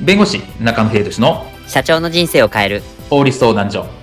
弁護士中野秀俊の社長の人生を変える法律相談所。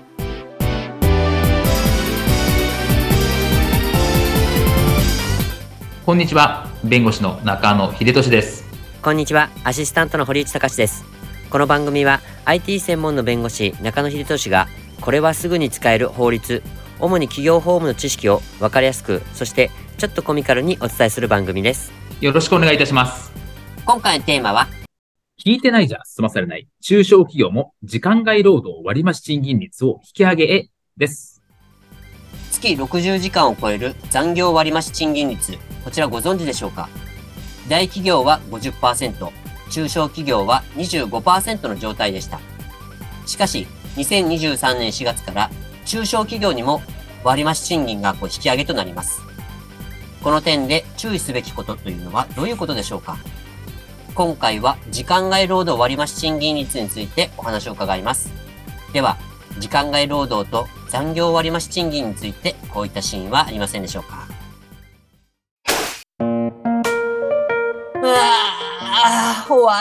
こんにちは、弁護士の中野秀俊です。 こんにちは、アシスタントの堀内隆です。この番組は IT 専門の弁護士中野秀俊がこれはすぐに使える法律、主に企業法務の知識を分かりやすく、そしてちょっとコミカルにお伝えする番組です。 よろしくお願いいたします。 今回のテーマは、 聞いてないじゃ済まされない中小企業も時間外労働割増賃金率を引き上げへです。 月60時間を超える残業割増賃金率、こちらご存知でしょうか。大企業は 50%、中小企業は 25% の状態でした。しかし2023年4月から中小企業にも割増賃金が引き上げとなります。この点で注意すべきことというのはどういうことでしょうか。今回は時間外労働割増賃金率についてお話を伺います。では、時間外労働と残業割増賃金についてこういったシーンはありませんでしょうか。終わった。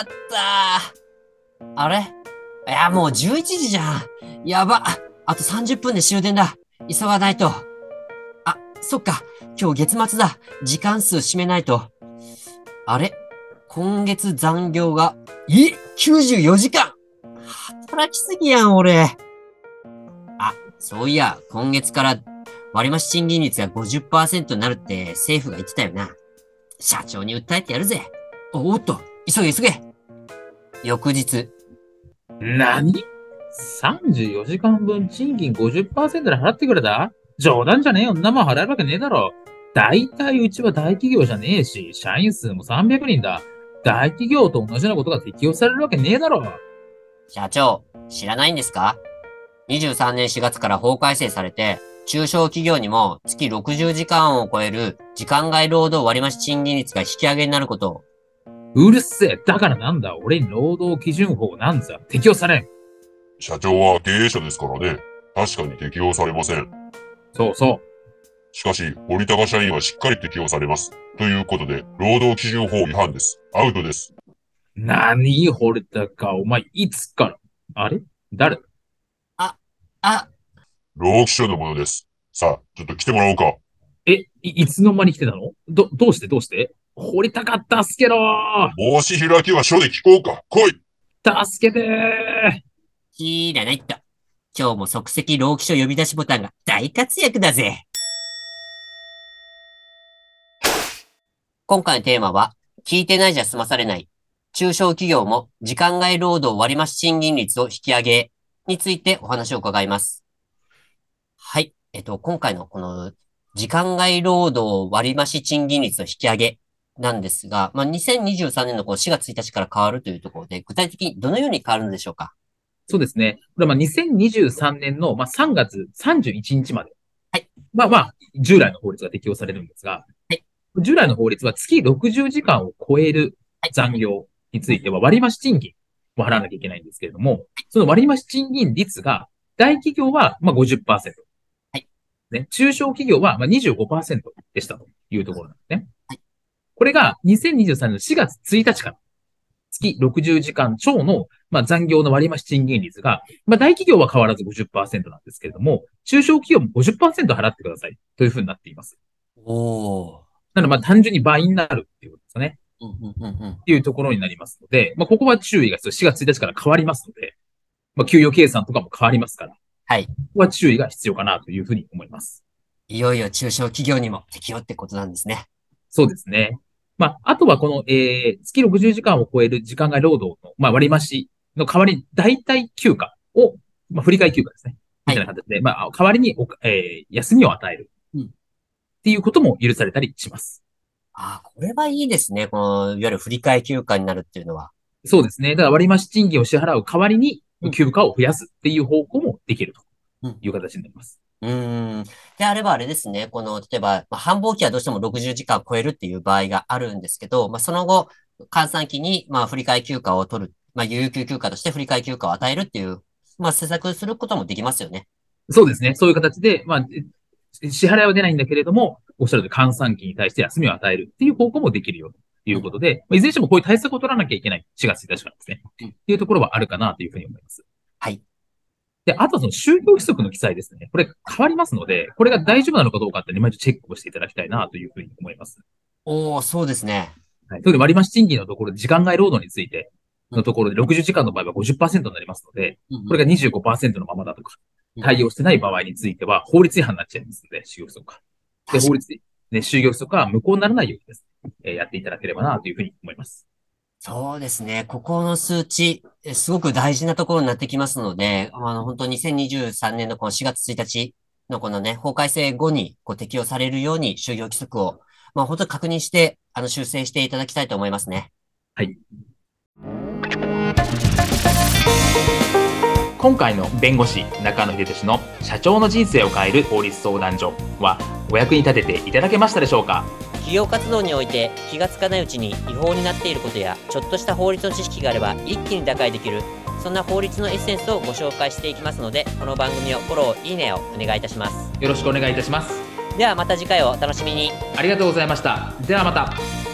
あれ？いや、もう11時じゃん。やば。あと30分で終電だ。急がないと。あ、そっか。今日月末だ。時間数締めないと。あれ？今月残業が、94時間！働きすぎやん、俺。あ、そういや、今月から割増賃金率が 50% になるって政府が言ってたよな。社長に訴えてやるぜ。おっと、急げ急げ。翌日。 何？ 34 時間分賃金 50% で払ってくれた？冗談じゃねえよ。んなもん払えるわけねえだろ。だいたいうちは大企業じゃねえし、社員数も300人だ。大企業と同じようなことが適用されるわけねえだろ。 社長、知らないんですか？ 23 年4月から法改正されて、中小企業にも月60時間を超える時間外労働割増賃金率が引き上げになることを。 うるせえ。だからなんだ。俺に労働基準法なんざ適用されん。 社長は経営者ですからね。確かに適用されません。 そうそう。 しかし、堀高社員はしっかり適用されます。ということで、労働基準法違反です。アウトです。 何堀高、お前いつから？あれ？誰？ 労基署のものです。さあ、ちょっと来てもらおうか。 いつの間に来てたの？どうして堀高助けろー！ 申し開きは署で聞こうか。来い！ 助けていらないっと。今日も即席労基署呼び出しボタンが大活躍だぜ。今回のテーマは、聞いてないじゃ済まされない。中小企業も時間外労働割増賃金率を引き上げについてお話を伺います。はい。今回のこの時間外労働割増賃金率の引き上げなんですが、2023年の4月1日から変わるというところで、具体的にどのように変わるのでしょうか？ そうですね。これは2023年の3月31日まで。 はい。 従来の法律が適用されるんですが、 はい。 従来の法律は月60時間を超える残業については割増賃金を払わなきゃいけないんですけれども、その割増賃金率が大企業は50%。 はい。 ね、中小企業は25% でしたというところなんですね。 はい。 これが2023年の4月1日から月60時間超の、残業の割増賃金率が、大企業は変わらず 50% なんですけれども、中小企業も 50% 払ってくださいというふうになっています。 おー。 なので、単純に倍になるっていうことですかね。っていうところになりますので、ここは注意が必要。4月1日から変わりますので、給与計算とかも変わりますから、 はい。 ここは注意が必要かなというふうに思います。 いよいよ中小企業にも適用ってことなんですね。 そうですね。あとはこの、月60時間を超える時間外労働の、割増の代わりに代替休暇を、振り替え休暇ですね。みたいな形で、代わりに休みを与える。っていうことも許されたりします。 これはいいですね。この、いわゆる振り替え休暇になるっていうのは。 そうですね。だから割増賃金を支払う代わりに休暇を増やすっていう方向もできるという形になります。 であればあれですね。この、例えば、繁忙期はどうしても60時間を超えるっていう場合があるんですけど、その後、換算期に、振り替え休暇を取る、有給休暇として振り替え休暇を与えるっていう、施策することもできますよね。 そうですね。そういう形で、支払いは出ないんだけれども、おっしゃると換算期に対して休みを与えるっていう方向もできるよということで、いずれにしてもこういう対策を取らなきゃいけない4月1日からですね。っていうところはあるかなというふうに思います。 はい。 で、あとはその就業規則の記載ですね。これ変わりますので、これが大丈夫なのかどうかってね、毎日チェックをしていただきたいなというふうに思います。 おー、そうですね。 はい。特に割増賃金のところで時間外労働についてのところで60時間の場合は 50% になりますので、これが 25% のままだとか、対応してない場合については法律違反になっちゃいますので、就業規則が。で、法律で、ね、就業規則は無効にならないようにですね、やっていただければなというふうに思います。 そうですね。ここの数値、すごく大事なところになってきますので、本当2023年のこの4月1日のこのね、法改正後にこう適用されるように就業規則を、本当に確認して、修正していただきたいと思いますね。 はい。今回の弁護士中野秀俊の社長の人生を変える法律相談所はお役に立てていただけましたでしょうか。 企業活動において気がつかないうちに違法になっていることやちょっとした法律の知識があれば一気に打開できる、そんな法律のエッセンスをご紹介していきますので、この番組をフォロー、いいねをお願いいたします。 よろしくお願いいたします。 ではまた次回をお楽しみに。 ありがとうございました。ではまた。